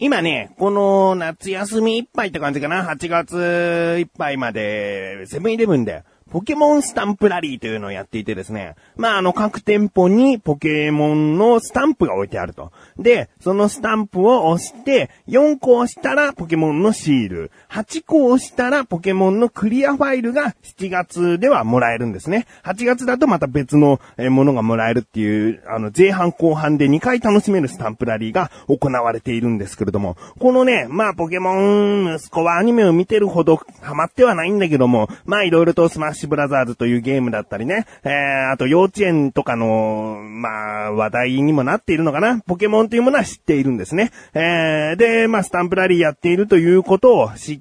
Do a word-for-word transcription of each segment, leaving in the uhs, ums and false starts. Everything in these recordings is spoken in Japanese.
今ね、この夏休みいっぱいって感じかな。はちがついっぱいまで、セブンイレブンで、ポケモンスタンプラリーというのをやっていてですね。まあ、あの、各店舗にポケモンのスタンプが置いてあると。で、そのスタンプを押して、よんこ押したらポケモンのシール、はちこ押したらポケモンのクリアファイルがしちがつではもらえるんですね。はちがつだとまた別のものがもらえるっていう、あの、前半後半でにかい楽しめるスタンプラリーが行われているんですけれども、このね、まあ、ポケモン、息子はアニメを見てるほどハマってはないんだけども、まあ、いろいろとスマッシュブラザーズというゲームだったりね、えー、あと幼稚園とかの、まあ、話題にもなっているのかな。ポケモンというものは知っているんですね。えー、で、まあ、スタンプラリーやっているということを知って、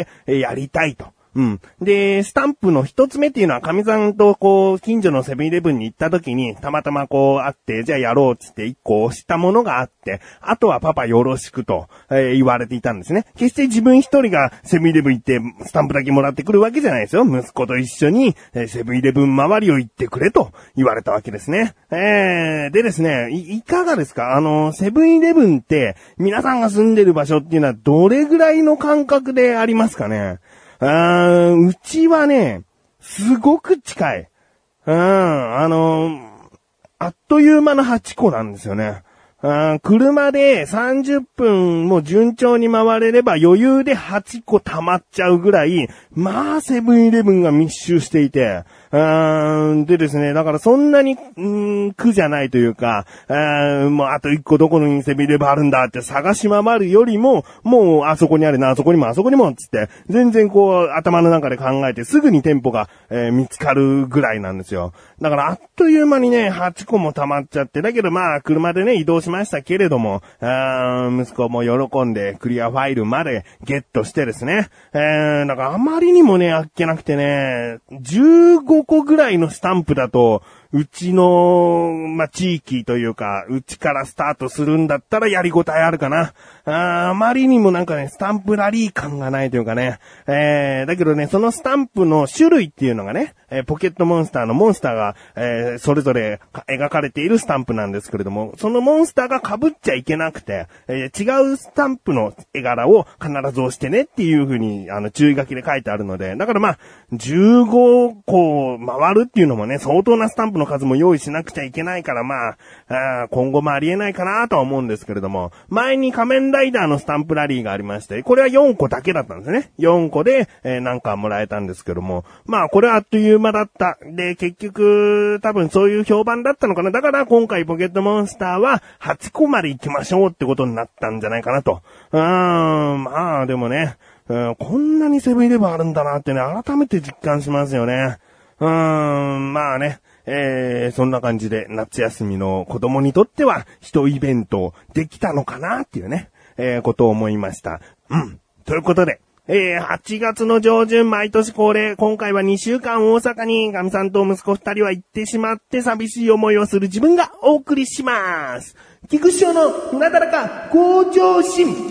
やりたいと。うん。で、スタンプの一つ目っていうのは、神さんとこう、近所のセブンイレブンに行った時に、たまたまこう、会って、じゃあやろうっつって一個押したものがあって、あとはパパよろしくと、えー、言われていたんですね。決して自分一人がセブンイレブン行って、スタンプだけもらってくるわけじゃないですよ。息子と一緒に、えー、セブンイレブン周りを行ってくれと言われたわけですね。えー、でですね、い、いかがですか？あの、セブンイレブンって、皆さんが住んでる場所っていうのはどれぐらいの感覚でありますかね？あー、うちはね、すごく近い。うん、あのー、あっという間のはちこなんですよね。あ車でさんじゅっぷんも順調に回れれば余裕ではちこ溜まっちゃうぐらい、まあセブンイレブンが密集していて、あでですね、だからそんなに、んー、苦じゃないというか、あもうあといっこどこにセブンイレブンあるんだって探し回るよりも、もうあそこにあるな、あそこにもあそこにもつって、全然こう頭の中で考えてすぐに店舗が、えー、見つかるぐらいなんですよ。だからあっという間にね、はちこも溜まっちゃって、だけどまあ車でね、移動しましたけれども、あ息子も喜んでクリアファイルまでゲットしてですね、えー、だからあまりにもね、あっけなくてね、じゅうごこぐらいのスタンプだと、うちの、まあ、地域というか、うちからスタートするんだったらやりごたえあるかな。あ, あまりにもなんかね、スタンプラリー感がないというかね。えー、だけどね、そのスタンプの種類っていうのがね、えー、ポケットモンスターのモンスターが、えー、それぞれ描かれているスタンプなんですけれども、そのモンスターが被っちゃいけなくて、えー、違うスタンプの絵柄を必ず押してねっていう風に、あの、注意書きで書いてあるので、だからまあ、じゅうごこ回るっていうのもね、相当なスタンプの数も用意しなくちゃいけないから、まあ、あ今後もありえないかなとは思うんですけれども、前に仮面ライダーのスタンプラリーがありまして、これはよんこだけだったんですね。よんこで、えー、なんかもらえたんですけども、まあこれはあっという間だった。で、結局、多分そういう評判だったのかな。だから今回ポケットモンスターははちこまで行きましょうってことになったんじゃないかなと。うーん、まあでもね、うん、こんなにセブンイレブンあるんだなってね、改めて実感しますよね。うーん、まあね。えー、そんな感じで夏休みの子供にとっては一イベントできたのかなっていうね、えー、ことを思いました。うん。ということで、えー、はちがつの上旬毎年恒例、今回はにしゅうかん大阪に神さんと息子二人は行ってしまって寂しい思いをする自分がお送りします。菊師匠のなだらか向上心。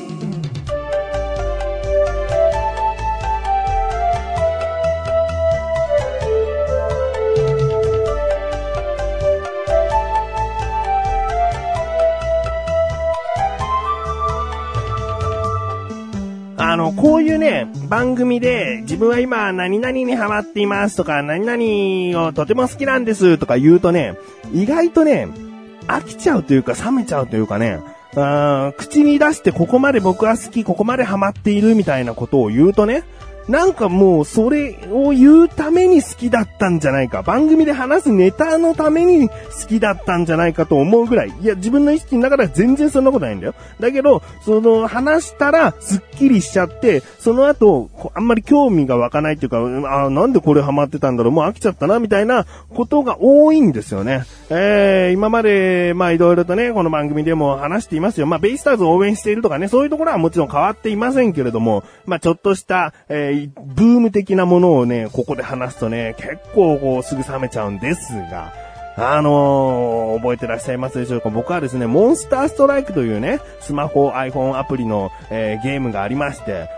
あの、こういうね、番組で自分は今何々にハマっていますとか、何々をとても好きなんですとか言うとね、意外とね、飽きちゃうというか冷めちゃうというかね、あ口に出してここまで僕は好き、ここまでハマっているみたいなことを言うとね、なんかもうそれを言うために好きだったんじゃないか。番組で話すネタのために好きだったんじゃないかと思うぐらい。いや、自分の意識の中では全然そんなことないんだよ。だけど、その話したらスッキリしちゃって、その後、あんまり興味が湧かないっていうか、あなんでこれハマってたんだろう、もう飽きちゃったな、みたいなことが多いんですよね。えー、今まで、まあいろいろとね、この番組でも話していますよ。まあベイスターズを応援しているとかね、そういうところはもちろん変わっていませんけれども、まあちょっとした、えーブーム的なものをね、ここで話すとね、結構こうすぐ冷めちゃうんですが、あのー、覚えてらっしゃいますでしょうか。僕はですね、モンスターストライクというね、スマホ、iPhone アプリの、えー、ゲームがありまして、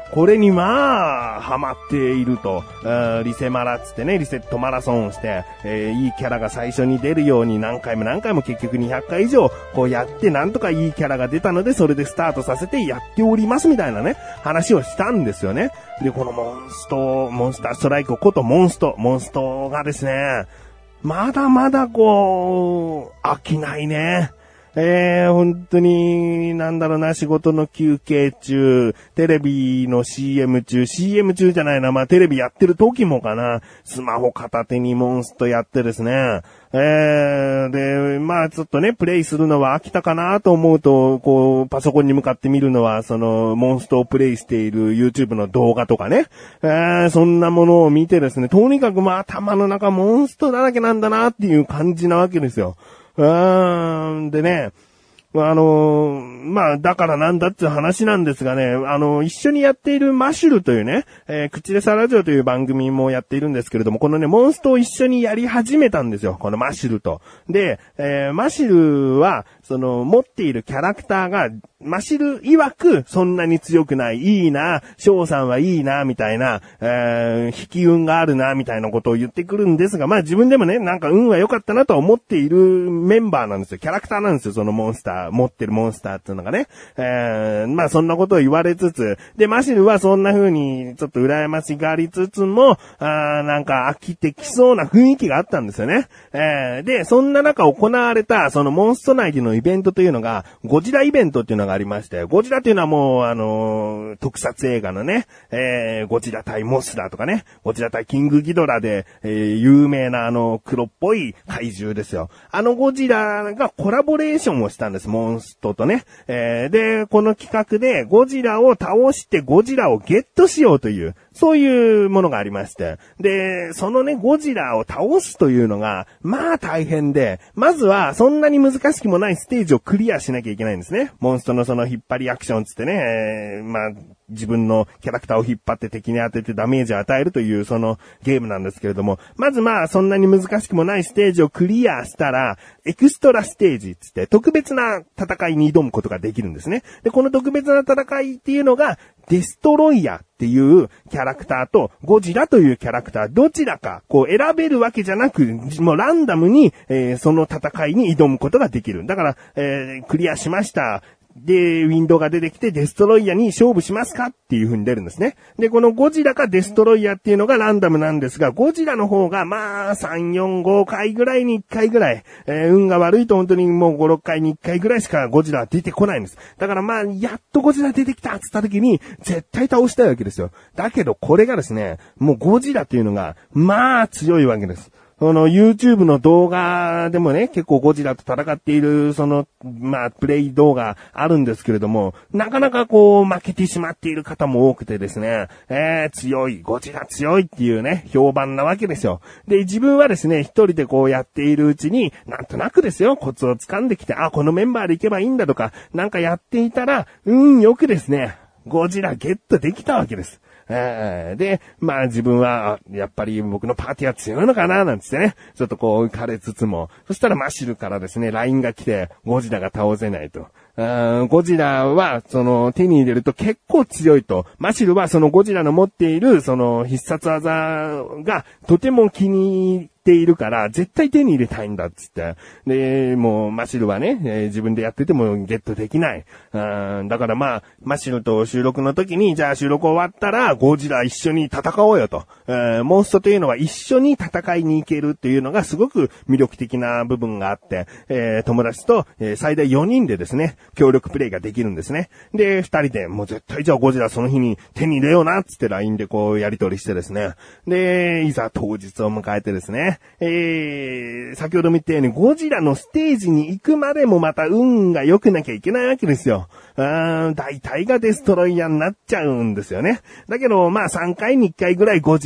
これにまあ、ハマっていると、リセマラっつってね、リセットマラソンをして、えー、いいキャラが最初に出るように何回も何回も結局にひゃっかい以上、こうやって、なんとかいいキャラが出たので、それでスタートさせてやっておりますみたいなね、話をしたんですよね。で、このモンスト、モンスターストライクことモンスト、モンストがですね、まだまだこう、飽きないね。えー、本当に、なんだろうな、仕事の休憩中、テレビの シーエム 中、シーエム 中じゃないな、まあテレビやってる時もかな、スマホ片手にモンストやってですね、えー、で、まあちょっとね、プレイするのは飽きたかなと思うと、こう、パソコンに向かって見るのは、その、モンストをプレイしている YouTube の動画とかね、えー、そんなものを見てですね、とにかくまあ頭の中モンストだらけなんだなっていう感じなわけですよ。うーん、でね、あのー、まあ、だからなんだっていう話なんですがね、あのー、一緒にやっているマシュルというね、えー、口でさラジオという番組もやっているんですけれども、このね、モンストを一緒にやり始めたんですよ、このマシュルと。で、えー、マシュルは、その、持っているキャラクターが、マシル曰くそんなに強くない、いいな、翔さんはいいな、みたいな、えー、引き運があるな、みたいなことを言ってくるんですが、まあ自分でもね、なんか運は良かったなとは思っているメンバーなんですよ。キャラクターなんですよ、そのモンスター、持ってるモンスターっていうのがね。えー、まあそんなことを言われつつ、で、マシルはそんな風にちょっと羨ましがりつつも、あーなんか飽きてきそうな雰囲気があったんですよね。えー、で、そんな中行われた、そのモンスト内でのイベントというのが、ゴジライベントっていうのがありまして、ゴジラっていうのはもう、あのー、特撮映画のね、えー、ゴジラ対モスラとかね、ゴジラ対キングギドラで、えー、有名なあの、黒っぽい怪獣ですよ。あのゴジラがコラボレーションをしたんです、モンストとね。えー、で、この企画で、ゴジラを倒してゴジラをゲットしようという、そういうものがありまして。で、そのね、ゴジラを倒すというのが、まあ大変で、まずはそんなに難しくもないステージをクリアしなきゃいけないんですね。モンストのその引っ張りアクションつってね、えー、まあ、自分のキャラクターを引っ張って敵に当ててダメージを与えるというそのゲームなんですけれども、まずまあそんなに難しくもないステージをクリアしたら、エクストラステージつって特別な戦いに挑むことができるんですね。で、この特別な戦いっていうのが、デストロイヤーっていうキャラクターとゴジラというキャラクター、どちらかこう選べるわけじゃなく、もうランダムに、えー、その戦いに挑むことができる。だから、えー、クリアしました。で、ウィンドウが出てきてデストロイヤーに勝負しますかっていう風に出るんですね。で、このゴジラかデストロイヤーっていうのがランダムなんですが、ゴジラの方がまあさん、よん、ごかいぐらいにいっかいぐらい、えー、運が悪いと本当にもうご、ろっかいにいっかいぐらいしかゴジラは出てこないんです。だからまあ、やっとゴジラ出てきたって言った時に、絶対倒したいわけですよ。だけどこれがですね、もうゴジラっていうのが、まあ強いわけです。その YouTube の動画でもね、結構ゴジラと戦っている、その、まあ、プレイ動画あるんですけれども、なかなかこう、負けてしまっている方も多くてですね、えー、強い、ゴジラ強いっていうね、評判なわけですよ。で、自分はですね、一人でこうやっているうちに、なんとなくですよ、コツを掴んできて、あ、このメンバーで行けばいいんだとか、なんかやっていたら、うん、よくですね、ゴジラゲットできたわけです。えー、で、まあ自分は、やっぱり僕のパーティーは強いのかななんつってね、ちょっとこう浮かれつつも、そしたらマシルからですね、ラインが来て、ゴジラが倒せないと。ゴジラは、その、手に入れると結構強いと。マシルはそのゴジラの持っている、その必殺技がとても気に入っているから、絶対手に入れたいんだっつって。で、もうマシルはね、えー、自分でやっててもゲットできない。うんだからまあ、マシルと収録の時に、じゃあ収録終わったら、ゴジラ一緒に戦おうよと。えー、モンストというのは一緒に戦いに行けるっていうのがすごく魅力的な部分があって、えー、友達と、えー、最大よにんでですね、協力プレイができるんですね。で、二人でもう絶対じゃあゴジラその日に手に入れようなっつって ライン でこうやり取りしてですね。で、いざ当日を迎えてですね、えー、先ほども言ったようにゴジラのステージに行くまでもまた運が良くなきゃいけないわけですよ。うーん、大体がデストロイヤーになっちゃうんですよね。だけど、まあさんかいにいっかいぐらいゴジラ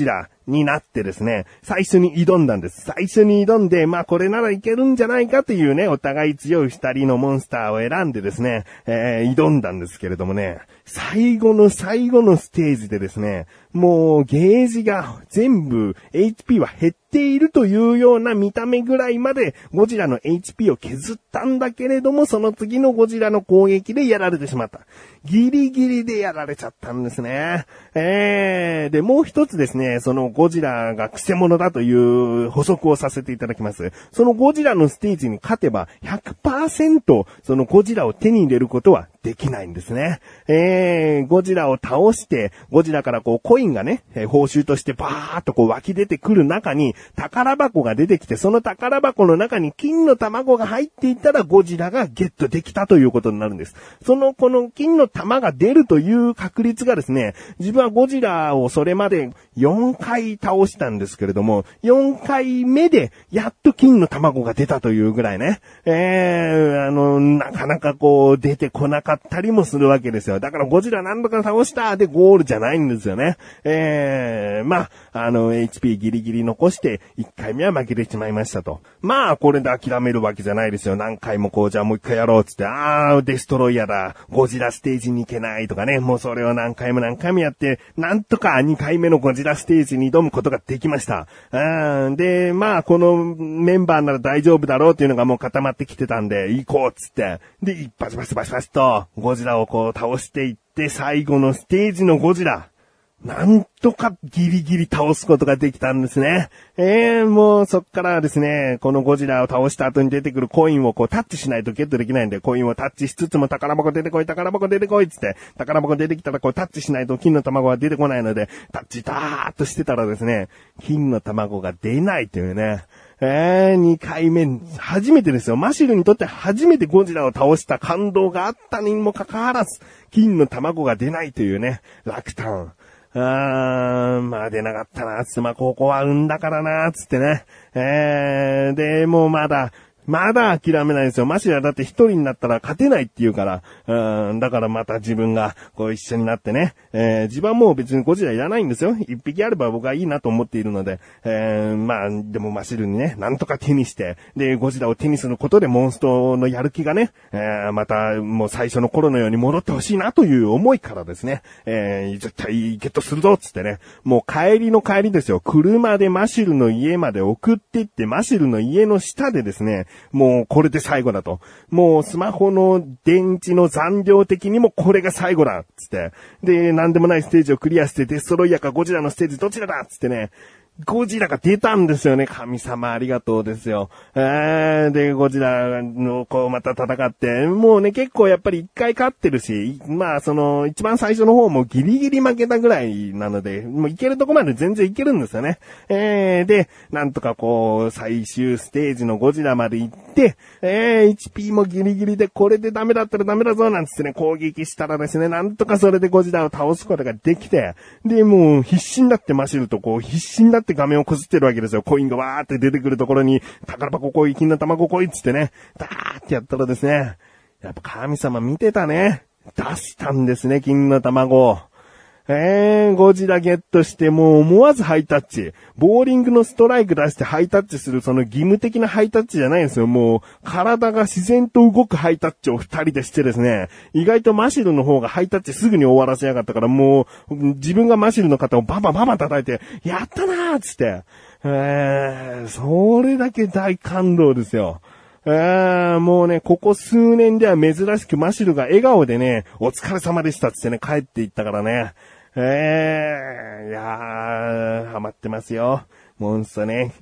になってですね、最初に挑んだんです。最初に挑んで、まあこれならいけるんじゃないかというね、お互い強い二人のモンスターを選んでですね、えー、挑んだんですけれどもね、最後の最後のステージでですね、もうゲージが全部 エイチピー は減っているというような見た目ぐらいまでゴジラの エイチピー を削ったんだけれども、その次のゴジラの攻撃でやられてしまった。ギリギリでやられちゃったんですね。えー、で、もう一つですね、そのゴジラがクセモノだという補足をさせていただきます。そのゴジラのステージに勝てば ひゃくパーセント そのゴジラを手に入れることはできないんですね。えー、ゴジラを倒して、ゴジラからこうコインがね、報酬としてバーっとこう湧き出てくる中に宝箱が出てきて、その宝箱の中に金の卵が入っていったらゴジラがゲットできたということになるんです。そのこの金の玉が出るという確率がですね、自分はゴジラをそれまでよんかい倒したんですけれども、よんかいめでやっと金の卵が出たというぐらいね、えー、あの、なかなかこう出てこなかったりもするわけですよ。だからゴジラ何度か倒したでゴールじゃないんですよね。えー、まあ、あの、エイチピー ギリギリ残していっかいめは負けてしまいましたと。まあ、これで諦めるわけじゃないですよ。何回もこう、じゃあもう一回やろうつって、あー、デストロイヤーだ、ゴジラステージに行けないとかね、もうそれを何回も何回もやって、なんとかにかいめのゴジラステージに挑むことができました。うんで、まあ、このメンバーなら大丈夫だろうっていうのがもう固まってきてたんで、行こうっつって、で、一発バシバシバシと、ゴジラをこう倒していって、最後のステージのゴジラ、なんとかギリギリ倒すことができたんですね。えー、もうそっからですね、このゴジラを倒した後に出てくるコインをこうタッチしないとゲットできないんで、コインをタッチしつつも宝箱出てこい、宝箱出てこいっつって、宝箱出てきたらこうタッチしないと金の卵は出てこないので、タッチターっとしてたらですね、金の卵が出ないというね、えー、にかいめ、初めてですよ。マシルにとって初めてゴジラを倒した感動があったにもかかわらず、金の卵が出ないというね、落胆。あー、まあ出なかったな、つって、まあここは運だからな、つってね。えー、で、もうまだ、まだ諦めないですよ。マシラだって一人になったら勝てないって言うから。うん、だからまた自分がこう一緒になってね。えー、自分はもう別にゴジラいらないんですよ。一匹あれば僕はいいなと思っているので。えー、まあ、でもマシルにね、なんとか手にして、で、ゴジラを手にすることでモンストのやる気がね、えー、またもう最初の頃のように戻ってほしいなという思いからですね。えー、絶対ゲットするぞっつってね。もう帰りの帰りですよ。車でマシルの家まで送っていって、マシルの家の下でですね、もうこれで最後だと。もうスマホの電池の残量的にもこれが最後だつって。で、なんでもないステージをクリアしてデストロイヤーかゴジラのステージどちらだつってね。ゴジラが出たんですよね。神様ありがとうですよ。えー、で、ゴジラのこうまた戦って、もうね結構やっぱり一回勝ってるし、まあその一番最初の方もギリギリ負けたぐらいなので、もういけるとこまで全然いけるんですよね。えー、で、なんとかこう最終ステージのゴジラまで行って、えー、エイチピー もギリギリでこれでダメだったらダメだぞなんつってね、攻撃したらですね、なんとかそれでゴジラを倒すことができて、で、もう必死になってマシルとこう必死になって画面をこすってるわけですよ。コインがわーって出てくるところに、宝箱来い、金の卵来いっつってね、ダーってやったらですね、やっぱ神様見てたね。出したんですね、金の卵を。えー、ゴジラゲットしてもう思わずハイタッチ。ボーリングのストライク出してハイタッチするその義務的なハイタッチじゃないんですよ。もう体が自然と動くハイタッチを二人でしてですね、意外とマシルの方がハイタッチすぐに終わらせやがったから、もう自分がマシルの肩をバンバンバンバン叩いて、やったなーっつって。えー、それだけ大感動ですよ。えー、もうね、ここ数年では珍しくマシルが笑顔でね、お疲れ様でしたってね、帰っていったからね。えー、いやー、ハマってますよ。モンストね。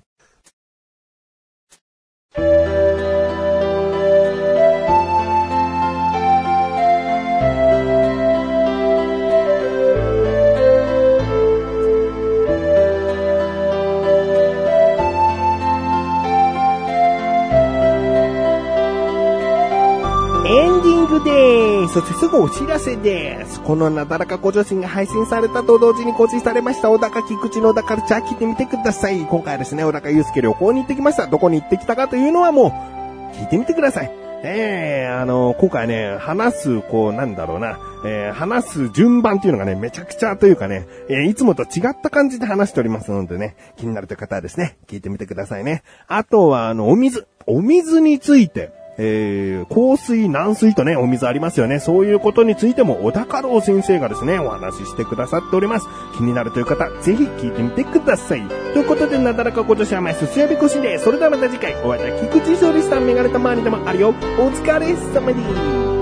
エンディングでーす。そしてすぐお知らせです。このなだらかご女子が配信されたと同時に更新されました小高菊池の小高ルチャー聞いてみてください。今回はですね、小高祐介旅行に行ってきました。どこに行ってきたかというのはもう聞いてみてください。 えー、あの、今回ね、話す、こう、なんだろうな、えー、話す順番っていうのがね、めちゃくちゃというかね、えー、いつもと違った感じで話しておりますのでね、気になるという方はですね、聞いてみてくださいね。あとは、あの、お水。お水について、えー、硬水、軟水とね、お水ありますよね。そういうことについても、小田家老先生がですね、お話ししてくださっております。気になるという方、ぜひ聞いてみてください。ということで、なだらか今年は前、すすやびこしで、それではまた次回、お会いいた菊池勝利さん、メガネたまわりでもあるよ。お疲れ様です。